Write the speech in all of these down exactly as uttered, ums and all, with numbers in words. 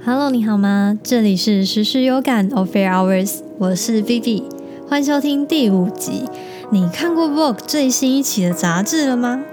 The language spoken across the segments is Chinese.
Hello， 你好吗？这里是时事有感 Affair Hours， 我是 Vivi， 欢迎收听第五集。你看过 Vogue 最新一期的杂志了吗？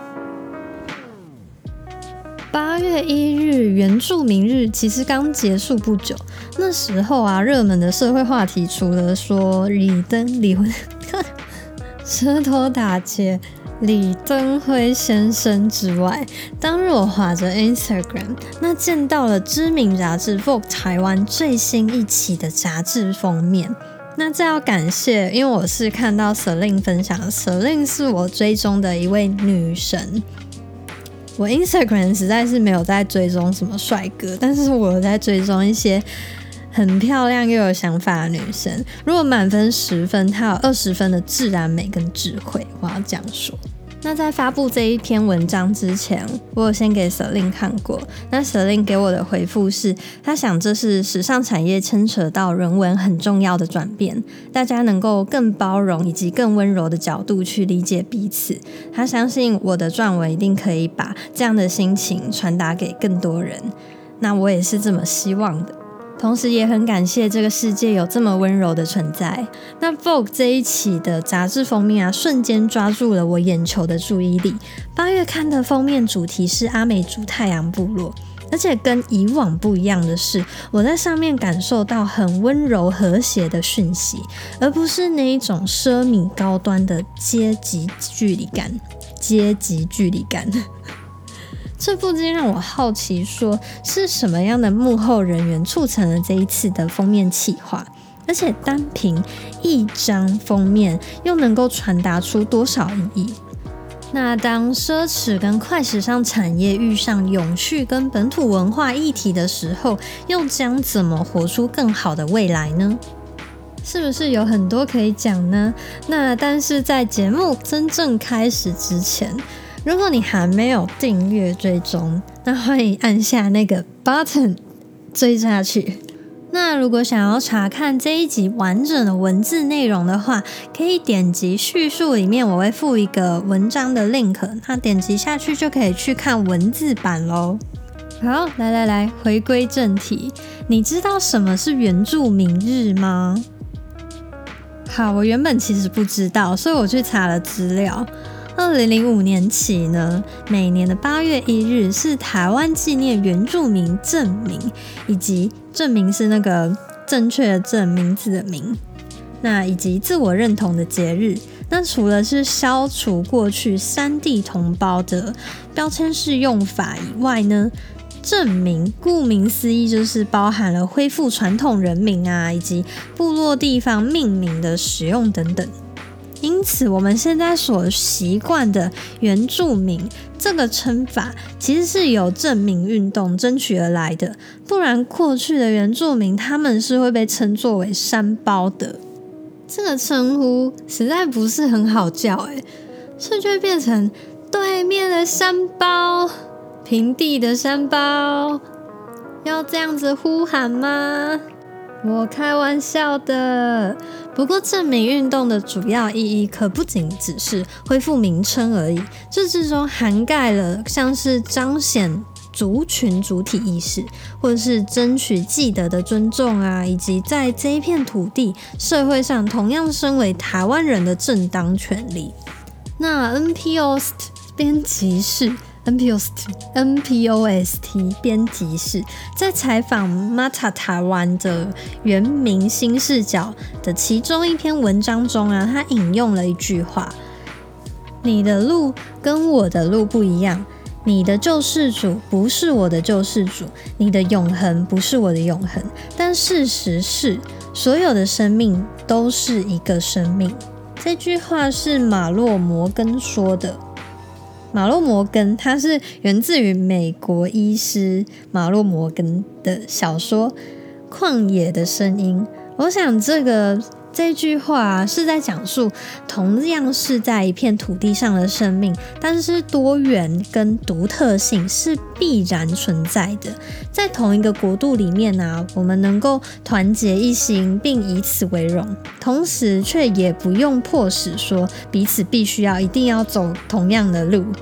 八月一日原住民日其实刚结束不久，那时候啊，热门的社会话题除了说李登离婚，舌头打结。李登辉先生之外，当日我滑着 Instagram， 那见到了知名杂志 Vogue 台湾最新一期的杂志封面。那这要感谢，因为我是看到 Celine 分享 ，Celine 是我追踪的一位女神。我 Instagram 实在是没有在追踪什么帅哥，但是我有在追踪一些很漂亮又有想法的女生。如果满分十分，她有二十分的自然美跟智慧，我要这样说。那在发布这一篇文章之前，我有先给 Celine 看过。那 Celine 给我的回复是，她想这是时尚产业牵扯到人文很重要的转变，大家能够更包容以及更温柔的角度去理解彼此。她相信我的撰文一定可以把这样的心情传达给更多人。那我也是这么希望的。同时也很感谢这个世界有这么温柔的存在。那 Vogue 这一期的杂志封面啊，瞬间抓住了我眼球的注意力。八月刊的封面主题是阿美族太阳部落，而且跟以往不一样的是，我在上面感受到很温柔和谐的讯息，而不是那一种奢靡高端的阶级距离感。阶级距离感。这不禁让我好奇说，是什么样的幕后人员促成了这一次的封面企划？而且单凭一张封面又能够传达出多少意义？那当奢侈跟快时尚产业遇上永续跟本土文化议题的时候，又将怎么活出更好的未来呢？是不是有很多可以讲呢？那但是在节目真正开始之前，如果你还没有订阅追踪，那欢迎按下那个 button 追下去。那如果想要查看这一集完整的文字内容的话，可以点击叙述里面我会附一个文章的 link， 那点击下去就可以去看文字版咯。好，来来来，回归正题，你知道什么是原住民日吗？好，我原本其实不知道，所以我去查了资料。二零零五年起呢，每年的八月一日是台湾纪念原住民正名，以及正名是那个正确的正名字的名，那以及自我认同的节日。那除了是消除过去山地同胞的标签式用法以外呢，正名顾名思义就是包含了恢复传统人名啊，以及部落地方命名的使用等等。因此我们现在所习惯的原住民这个称法其实是由正名运动争取而来的，不然过去的原住民他们是会被称作为山胞的。这个称呼实在不是很好叫欸，所以就会变成对面的山胞，平地的山胞，要这样子呼喊吗？我开玩笑的。不过正名运动的主要意义可不仅只是恢复名称而已，这之中涵盖了像是彰显族群主体意识，或者是争取既得的尊重啊，以及在这一片土地社会上同样身为台湾人的正当权利。那 N P O S T 编辑室N P O S T N P O S T 编辑室在采访 Mata 台湾的原民新视角的其中一篇文章中啊，他引用了一句话：你的路跟我的路不一样，你的救世主不是我的救世主，你的永恒不是我的永恒，但事实是所有的生命都是一个生命。这句话是马洛摩根说的。马洛摩根他是源自于美国医师马洛摩根的小说《旷野的声音》。我想这个这句话啊，是在讲述同样是在一片土地上的生命，但是多元跟独特性是必然存在的。在同一个国度里面啊，我们能够团结一心并以此为荣，同时却也不用迫使说彼此必须要一定要走同样的路。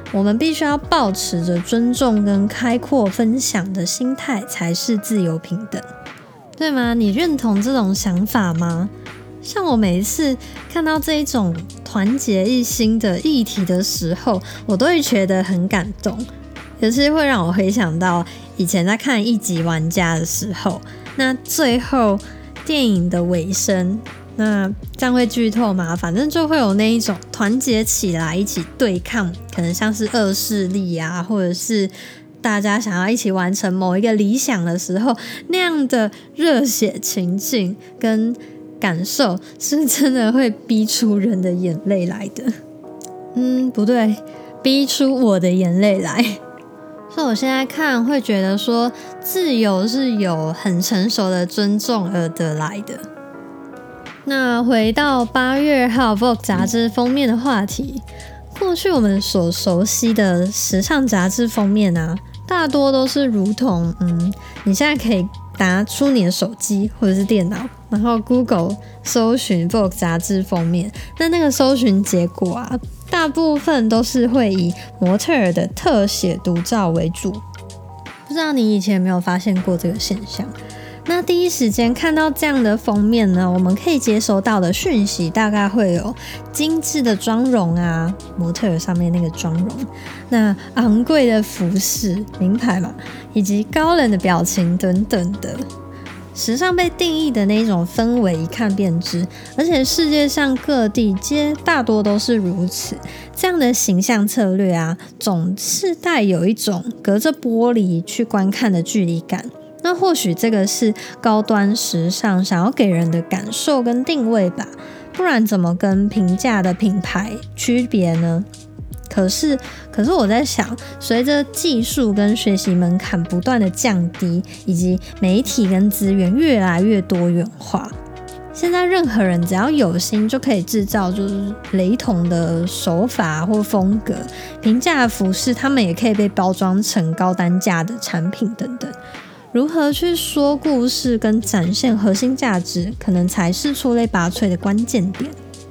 我们必须要抱持着尊重跟开阔分享的心态，才是自由平等，对吗？你认同这种想法吗？像我每一次看到这一种团结一心的议题的时候，我都会觉得很感动，尤其会让我回想到以前在看一级玩家的时候，那最后电影的尾声，那这样会剧透吗？反正就会有那一种团结起来一起对抗，可能像是恶势力啊，或者是大家想要一起完成某一个理想的时候，那样的热血情境跟感受是真的会逼出人的眼泪来的。嗯，不对，逼出我的眼泪来。所以我现在看会觉得说，自由是有很成熟的尊重而得来的。那回到八月号 Vogue 杂志封面的话题，过去我们所熟悉的时尚杂志封面啊，大多都是如同嗯，你现在可以拿出你的手机或者是电脑，然后 Google 搜寻 Vogue 杂志封面，那那个搜寻结果啊，大部分都是会以模特儿的特写独照为主。不知道你以前有没有发现过这个现象？那第一时间看到这样的封面呢，我们可以接收到的讯息大概会有精致的妆容啊，模特儿上面那个妆容，那昂贵的服饰，名牌嘛，以及高冷的表情等等的。时尚被定义的那种氛围一看便知，而且世界上各地皆大多都是如此。这样的形象策略啊，总是带有一种隔着玻璃去观看的距离感。那或许这个是高端时尚想要给人的感受跟定位吧，不然怎么跟平价的品牌区别呢？可是，可是我在想，随着技术跟学习门槛不断的降低，以及媒体跟资源越来越多元化，现在任何人只要有心就可以制造就是雷同的手法或风格，平价的服饰他们也可以被包装成高单价的产品等等。如何去说故事跟展现核心价值，可能才是出类拔萃的关键点。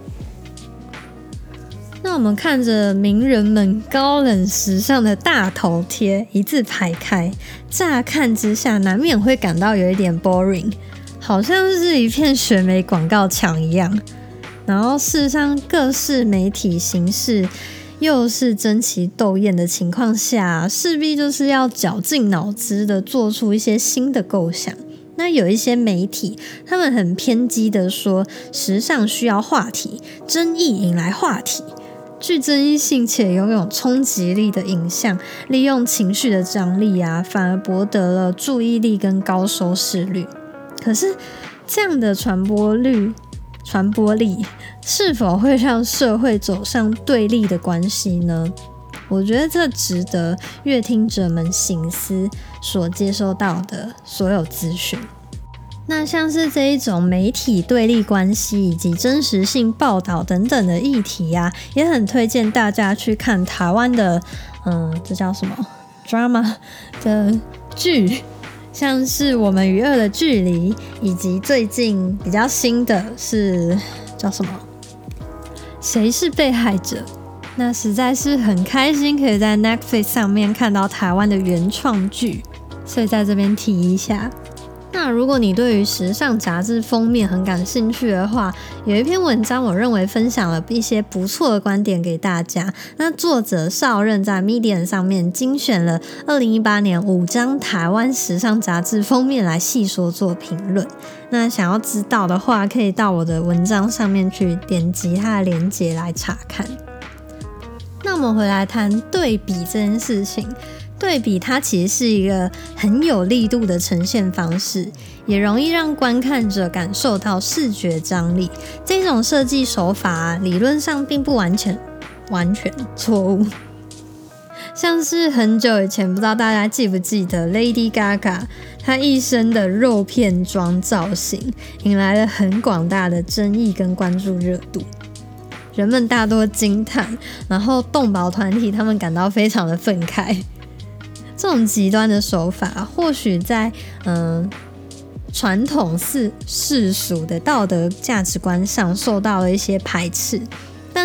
那我们看着名人们高冷时尚的大头贴一字排开，乍看之下难免会感到有一点 boring， 好像是一片选美广告墙一样。然后事实上各式媒体形式又是争奇斗艳的情况下，势必就是要绞尽脑汁的做出一些新的构想。那有一些媒体他们很偏激的说，时尚需要话题，争议引来话题，具争议性且拥有冲击力的影像，利用情绪的张力啊，反而博得了注意力跟高收视率。可是这样的传播率传播力是否会让社会走上对立的关系呢？我觉得这值得阅听者们省思所接收到的所有资讯。那像是这一种媒体对立关系以及真实性报道等等的议题啊，也很推荐大家去看台湾的嗯，这叫什么 drama 的剧，像是我们与恶的距离，以及最近比较新的是叫什么谁是被害者。那实在是很开心可以在 Netflix 上面看到台湾的原创剧，所以在这边提一下。那如果你对于时尚杂志封面很感兴趣的话，有一篇文章我认为分享了一些不错的观点给大家。那作者邵任在 Medium 上面精选了二零一八年五张台湾时尚杂志封面来细说做评论。那想要知道的话，可以到我的文章上面去点击它的连结来查看。那我们回来谈对比这件事情。对比它其实是一个很有力度的呈现方式，也容易让观看者感受到视觉张力。这种设计手法啊，理论上并不完全完全错误。像是很久以前，不知道大家记不记得 Lady Gaga 她一身的肉片装造型，引来了很广大的争议跟关注热度。人们大多惊叹，然后动保团体他们感到非常的愤慨。这种极端的手法，或许在嗯传统世世俗的道德价值观上受到了一些排斥，但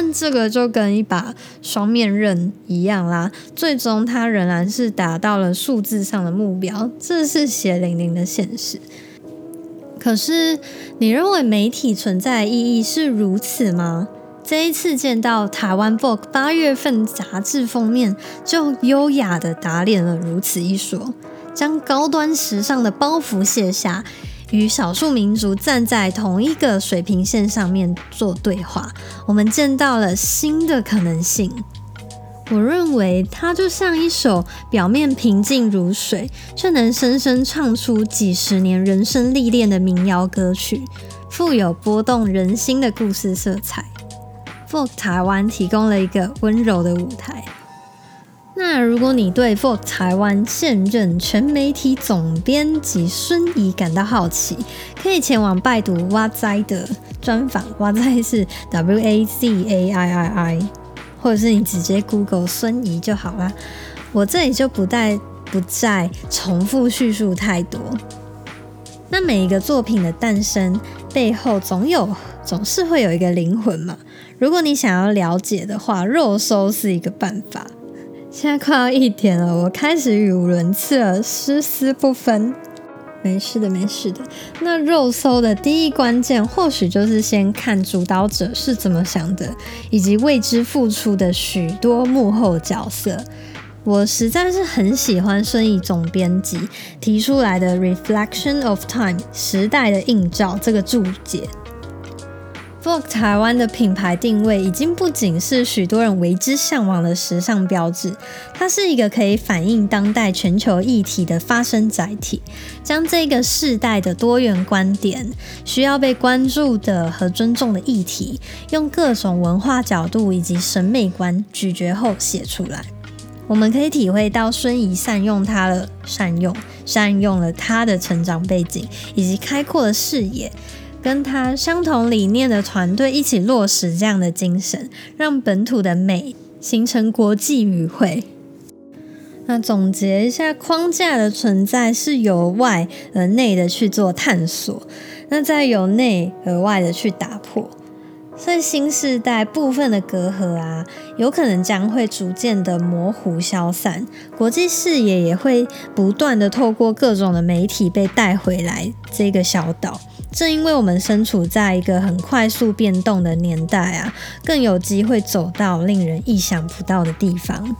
但这个就跟一把双面刃一样啦，最终它仍然是达到了数字上的目标，这是血淋淋的现实。可是你认为媒体存在的意义是如此吗？这一次见到台湾 Vogue 八月份杂志封面就优雅的打脸了如此一说，将高端时尚的包袱卸下，与少数民族站在同一个水平线上面做对话，我们见到了新的可能性。我认为它就像一首表面平静如水，却能深深唱出几十年人生历练的民谣歌曲，富有拨动人心的故事色彩。Vogue 台湾提供了一个温柔的舞台。那如果你对 Vogue 台湾现任全媒体总编辑孙怡感到好奇，可以前往拜读哇哉的专访，哇哉是 W A Z A I I I， 或者是你直接 Google 孙怡就好啦。我这里就不再不再重复叙述太多。那每一个作品的诞生背后总有总是会有一个灵魂嘛，如果你想要了解的话，肉搜是一个办法。现在快要一点了，我开始语无伦次了，诗思不分。没事的没事的。那肉搜的第一关键或许就是先看主导者是怎么想的，以及为之付出的许多幕后角色。我实在是很喜欢孙怡总编辑提出来的 Reflection of Time 时代的映照这个注解。Vogue 台湾的品牌定位已经不仅是许多人为之向往的时尚标志，它是一个可以反映当代全球议题的发声载体，将这个世代的多元观点、需要被关注的和尊重的议题，用各种文化角度以及审美观咀嚼后写出来。我们可以体会到孙怡善用他的善用善用了他的成长背景以及开阔的视野，跟他相同理念的团队一起落实这样的精神，让本土的美形成国际语汇。那总结一下，框架的存在是由外而内的去做探索，那再由内而外的去打破。所以新世代部分的隔阂啊，有可能将会逐渐的模糊消散，国际视野也会不断的透过各种的媒体被带回来这个小岛。正因为我们身处在一个很快速变动的年代啊，更有机会走到令人意想不到的地方。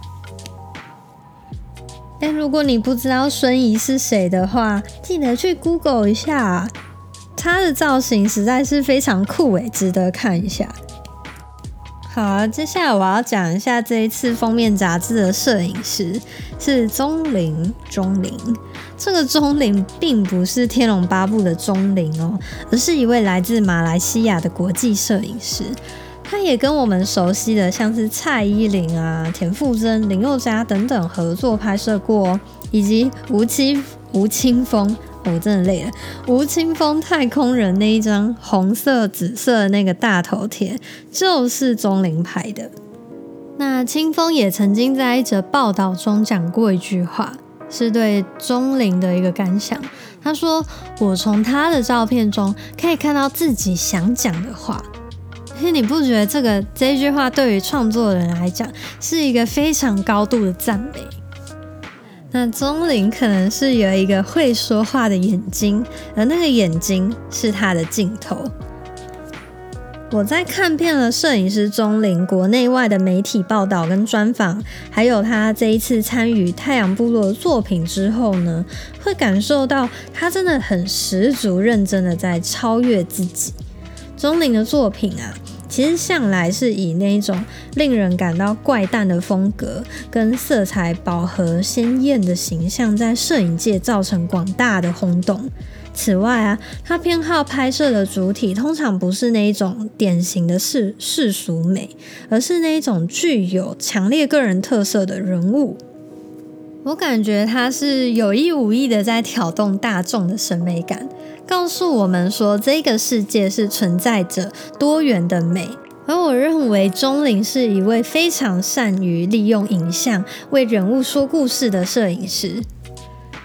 但如果你不知道孙怡是谁的话，记得去 Google 一下啊，他的造型实在是非常酷诶，值得看一下。好啊，接下来我要讲一下这一次封面杂志的摄影师是钟灵。钟灵这个钟灵并不是天龙八部的钟灵哦，而是一位来自马来西亚的国际摄影师。他也跟我们熟悉的像是蔡依林啊、田馥甄、林宥嘉等等合作拍摄过哦，以及吴青吴青峰。我真的累了。吴青峰太空人那一张红色紫色的那个大头贴就是钟灵拍的。那青峰也曾经在一则报道中讲过一句话，是对钟灵的一个感想。他说，我从他的照片中可以看到自己想讲的话。其实你不觉得这个这一句话对于创作人来讲是一个非常高度的赞美？那钟灵可能是有一个会说话的眼睛，而那个眼睛是他的镜头。我在看遍了摄影师钟灵国内外的媒体报道跟专访，还有他这一次参与太阳部落的作品之后呢，会感受到他真的很十足认真的在超越自己。钟灵的作品啊，其实向来是以那种令人感到怪诞的风格跟色彩饱和鲜艳的形象在摄影界造成广大的轰动。此外啊，他偏好拍摄的主体通常不是那一种典型的世世俗美，而是那一种具有强烈个人特色的人物。我感觉他是有意无意的在挑动大众的审美感，告诉我们说这个世界是存在着多元的美。而我认为钟灵是一位非常善于利用影像为人物说故事的摄影师。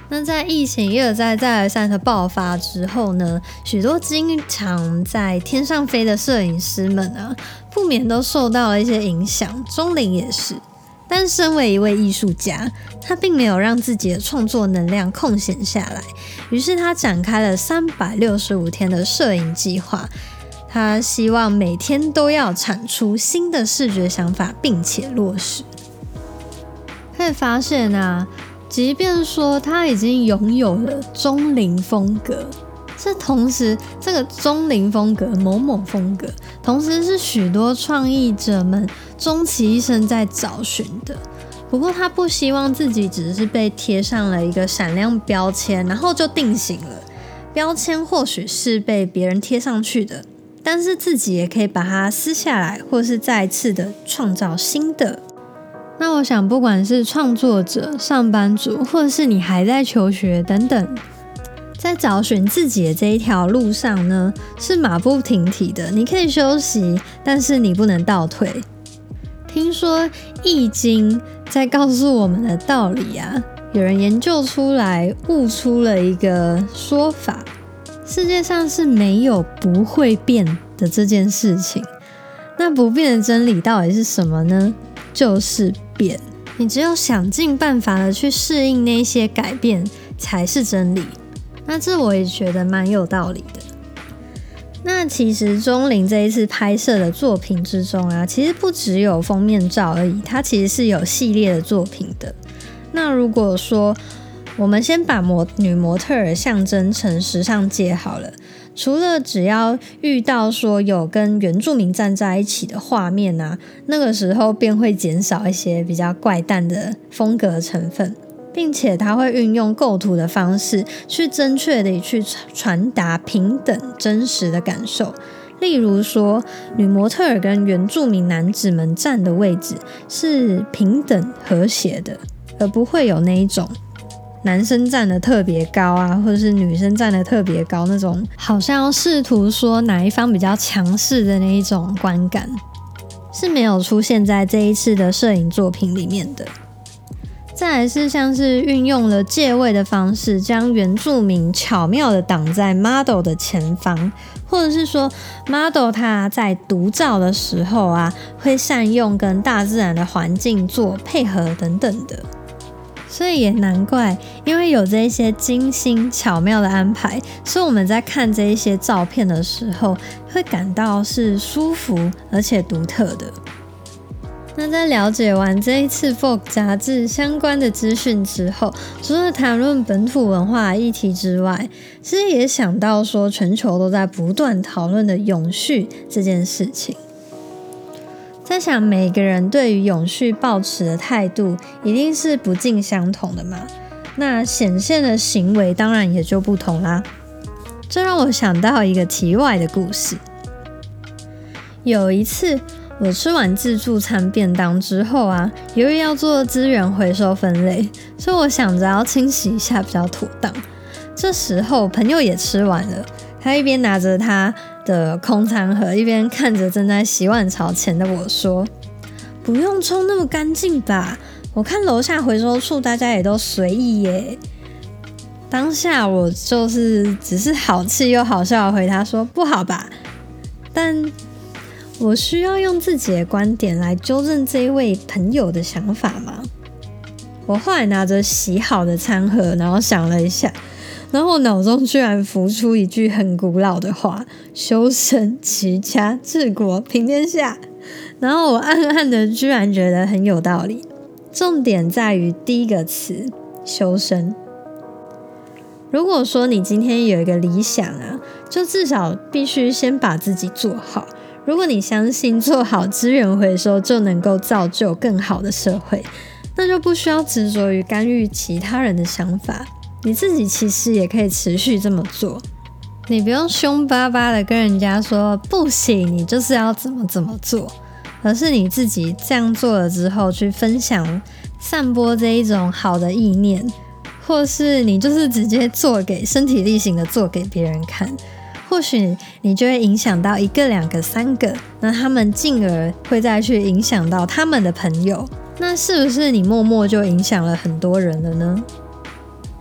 那在疫情一而再再而三的爆发之后呢，许多经常在天上飞的摄影师们啊，不免都受到了一些影响，钟林也是。但身为一位艺术家，他并没有让自己的创作能量空闲下来，于是他展开了三百六十五天的摄影计划。他希望每天都要产出新的视觉想法，并且落实。可以发现啊，即便说他已经拥有了钟林风格，这同时这个钟林风格某某风格，同时是许多创意者们终其一生在找寻的。不过他不希望自己只是被贴上了一个闪亮标签，然后就定型了。标签或许是被别人贴上去的，但是自己也可以把它撕下来，或是再次的创造新的。那我想不管是创作者、上班族，或者是你还在求学等等，在找寻自己的这一条路上呢，是马不停蹄的。你可以休息，但是你不能倒退。听说易经在告诉我们的道理啊，有人研究出来，悟出了一个说法：世界上是没有不会变的这件事情。那不变的真理到底是什么呢？就是变。你只有想尽办法的去适应那些改变，才是真理。那这我也觉得蛮有道理的。那其实钟林这一次拍摄的作品之中啊，其实不只有封面照而已，它其实是有系列的作品的。那如果说我们先把模女模特儿象征成时尚界好了，除了只要遇到说有跟原住民站在一起的画面啊，那个时候便会减少一些比较怪诞的风格成分，并且它会运用构图的方式去正确的去传达平等真实的感受。例如说，女模特儿跟原住民男子们站的位置是平等和谐的，而不会有那一种男生站得特别高啊，或者是女生站得特别高那种好像要试图说哪一方比较强势的那一种观感，是没有出现在这一次的摄影作品里面的。再来是像是运用了借位的方式，将原住民巧妙的挡在 model 的前方，或者是说 model 他在独照的时候啊，会善用跟大自然的环境做配合等等的。所以也难怪，因为有这些精心巧妙的安排，所以我们在看这一些照片的时候，会感到是舒服而且独特的。那在了解完这一次 Vogue 杂志相关的资讯之后，除了谈论本土文化议题之外，其实也想到说全球都在不断讨论的永续这件事情。在想每个人对于永续抱持的态度一定是不尽相同的嘛，那显现的行为当然也就不同啦。这让我想到一个题外的故事。有一次我吃完自助餐便当之后啊，由于要做资源回收分类，所以我想着要清洗一下比较妥当。这时候朋友也吃完了，他一边拿着他的空餐盒，一边看着正在洗碗槽前的我说：“不用冲那么干净吧？我看楼下回收处大家也都随意耶。”当下我就是只是好气又好笑的回他说：“不好吧？”但我需要用自己的观点来纠正这一位朋友的想法吗？我后来拿着洗好的餐盒，然后想了一下，然后我脑中居然浮出一句很古老的话：修身齐家治国平天下。然后我暗暗的居然觉得很有道理。重点在于第一个词修身。如果说你今天有一个理想啊，就至少必须先把自己做好。如果你相信做好资源回收就能够造就更好的社会，那就不需要执着于干预其他人的想法，你自己其实也可以持续这么做。你不用凶巴巴的跟人家说不行，你就是要怎么怎么做，而是你自己这样做了之后去分享散播这一种好的意念，或是你就是直接做给身体力行的做给别人看，或许你就会影响到一个两个三个，那他们进而会再去影响到他们的朋友，那是不是你默默就影响了很多人了呢？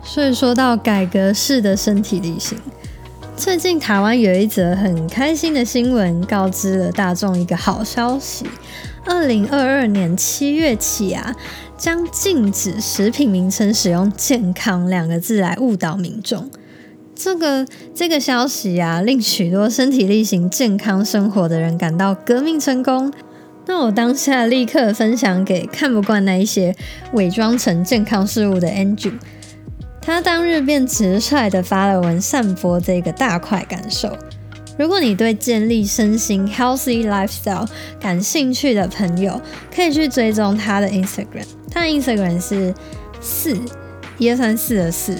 所以说到改革式的身体力行，最近台湾有一则很开心的新闻，告知了大众一个好消息。二零二二年七月起啊，将禁止食品名称使用健康两个字来误导民众。这个这个消息啊，令许多身体力行健康生活的人感到革命成功。那我当下立刻分享给看不惯那一些伪装成健康事物的 Andrew， 他当日便直率的发了文散播这个大快感受。如果你对建立身心 healthy lifestyle 感兴趣的朋友，可以去追踪他的 Instagram， 他的 Instagram 是四一二三四的四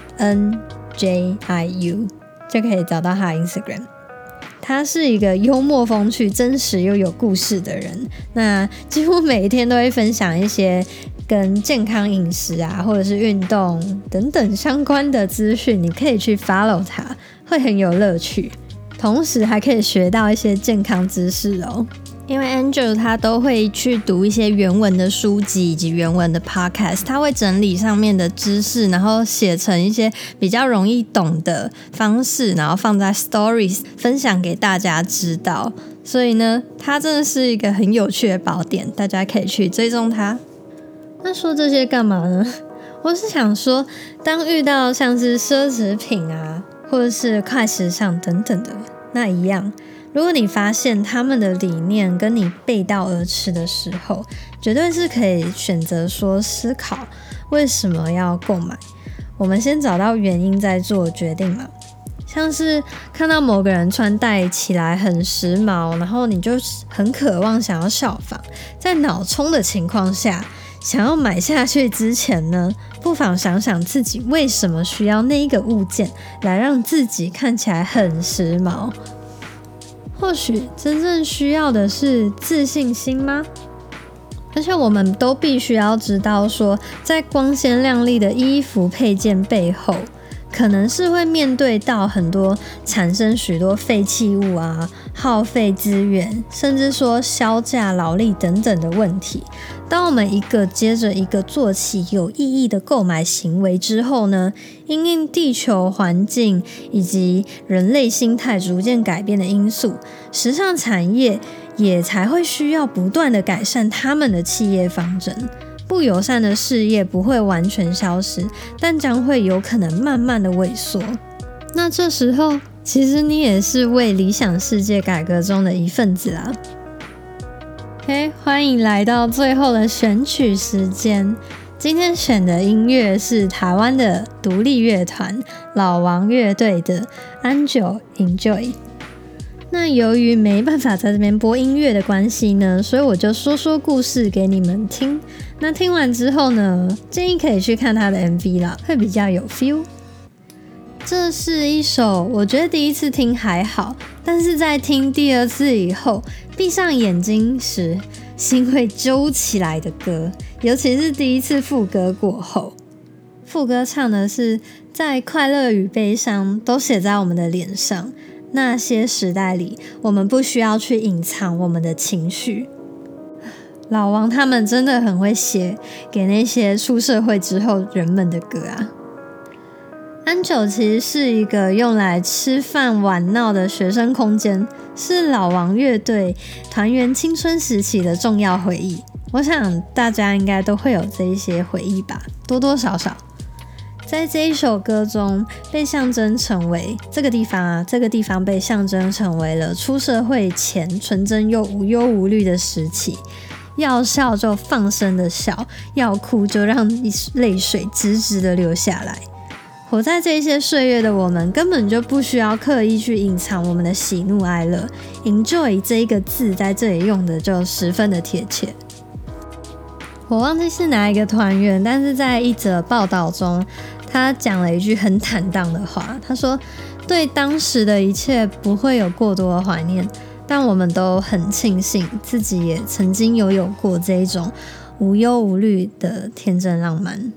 N J I U， 就可以找到他的 Instagram。他是一个幽默风趣、真实又有故事的人，那几乎每一天都会分享一些跟健康饮食啊，或者是运动等等相关的资讯，你可以去 follow 他，会很有乐趣，同时还可以学到一些健康知识哦。因为 Angel 他都会去读一些原文的书籍以及原文的 podcast， 他会整理上面的知识，然后写成一些比较容易懂的方式，然后放在 stories 分享给大家知道。所以呢，他真的是一个很有趣的宝典，大家可以去追踪他。那说这些干嘛呢？我是想说，当遇到像是奢侈品啊，或者是快时尚等等的那一样，如果你发现他们的理念跟你背道而驰的时候，绝对是可以选择说思考为什么要购买。我们先找到原因再做决定嘛。像是看到某个人穿戴起来很时髦，然后你就很渴望想要效仿，在脑冲的情况下，想要买下去之前呢，不妨想想自己为什么需要那一个物件来让自己看起来很时髦。或许真正需要的是自信心吗？而且我们都必须要知道说，在光鲜亮丽的衣服配件背后，可能是会面对到很多产生许多废弃物啊、耗费资源，甚至说销价劳力等等的问题。当我们一个接着一个做起有意义的购买行为之后呢，因应地球环境以及人类心态逐渐改变的因素，时尚产业也才会需要不断的改善他们的企业方针。不友善的事业不会完全消失，但将会有可能慢慢的萎缩。那这时候，其实你也是为理想世界改革中的一份子啊。OK， 欢迎来到最后的选曲时间。今天选的音乐是台湾的独立乐团老王乐队的《Angel Enjoy》。那由于没办法在这边播音乐的关系呢，所以我就说说故事给你们听。那听完之后呢，建议可以去看他的 M V 啦，会比较有 feel。这是一首我觉得第一次听还好，但是在听第二次以后，闭上眼睛时心会揪起来的歌，尤其是第一次副歌过后。副歌唱的是在快乐与悲伤都写在我们的脸上，那些时代里，我们不需要去隐藏我们的情绪。老王他们真的很会写给那些出社会之后人们的歌啊。安久其实是一个用来吃饭玩闹的学生空间，是老王乐队团员青春时期的重要回忆。我想大家应该都会有这一些回忆吧，多多少少。在这一首歌中被象征成为这个地方啊，这个地方被象征成为了出社会前纯真又无忧无虑的时期，要笑就放声的笑，要哭就让泪水直直的流下来。活在这些岁月的我们，根本就不需要刻意去隐藏我们的喜怒哀乐。Enjoy 这一个字在这里用的就十分的贴切。我忘记是哪一个团员，但是在一则报道中，他讲了一句很坦荡的话。他说：“对当时的一切不会有过多的怀念，但我们都很庆幸自己也曾经拥有过这一种无忧无虑的天真浪漫。”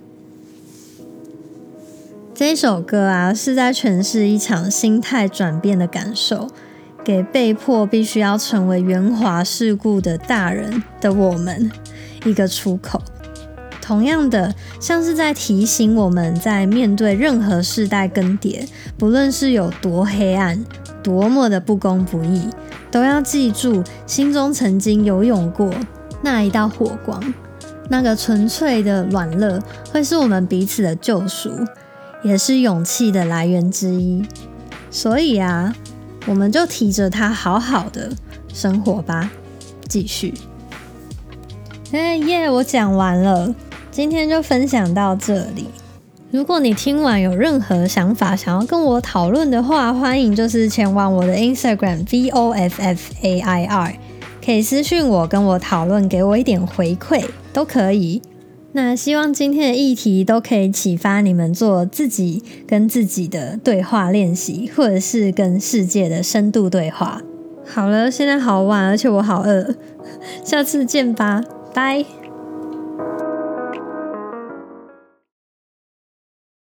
这一首歌啊，是在诠释一场心态转变的感受，给被迫必须要成为圆滑世故的大人的我们一个出口。 同样的，像是在提醒我们在面对任何世代更迭，不论是有多黑暗，多么的不公不义，都要记住心中曾经有涌过那一道火光，那个纯粹的软热会是我们彼此的救赎，也是勇气的来源之一。所以啊，我们就提着它好好的生活吧。继续。哎耶，我讲完了，今天就分享到这里。如果你听完有任何想法想要跟我讨论的话，欢迎就是前往我的 Instagram V O F F A I R， 可以私讯我跟我讨论，给我一点回馈都可以。那希望今天的议题都可以启发你们做自己跟自己的对话练习，或者是跟世界的深度对话。好了，现在好晚，而且我好饿，下次见吧，拜。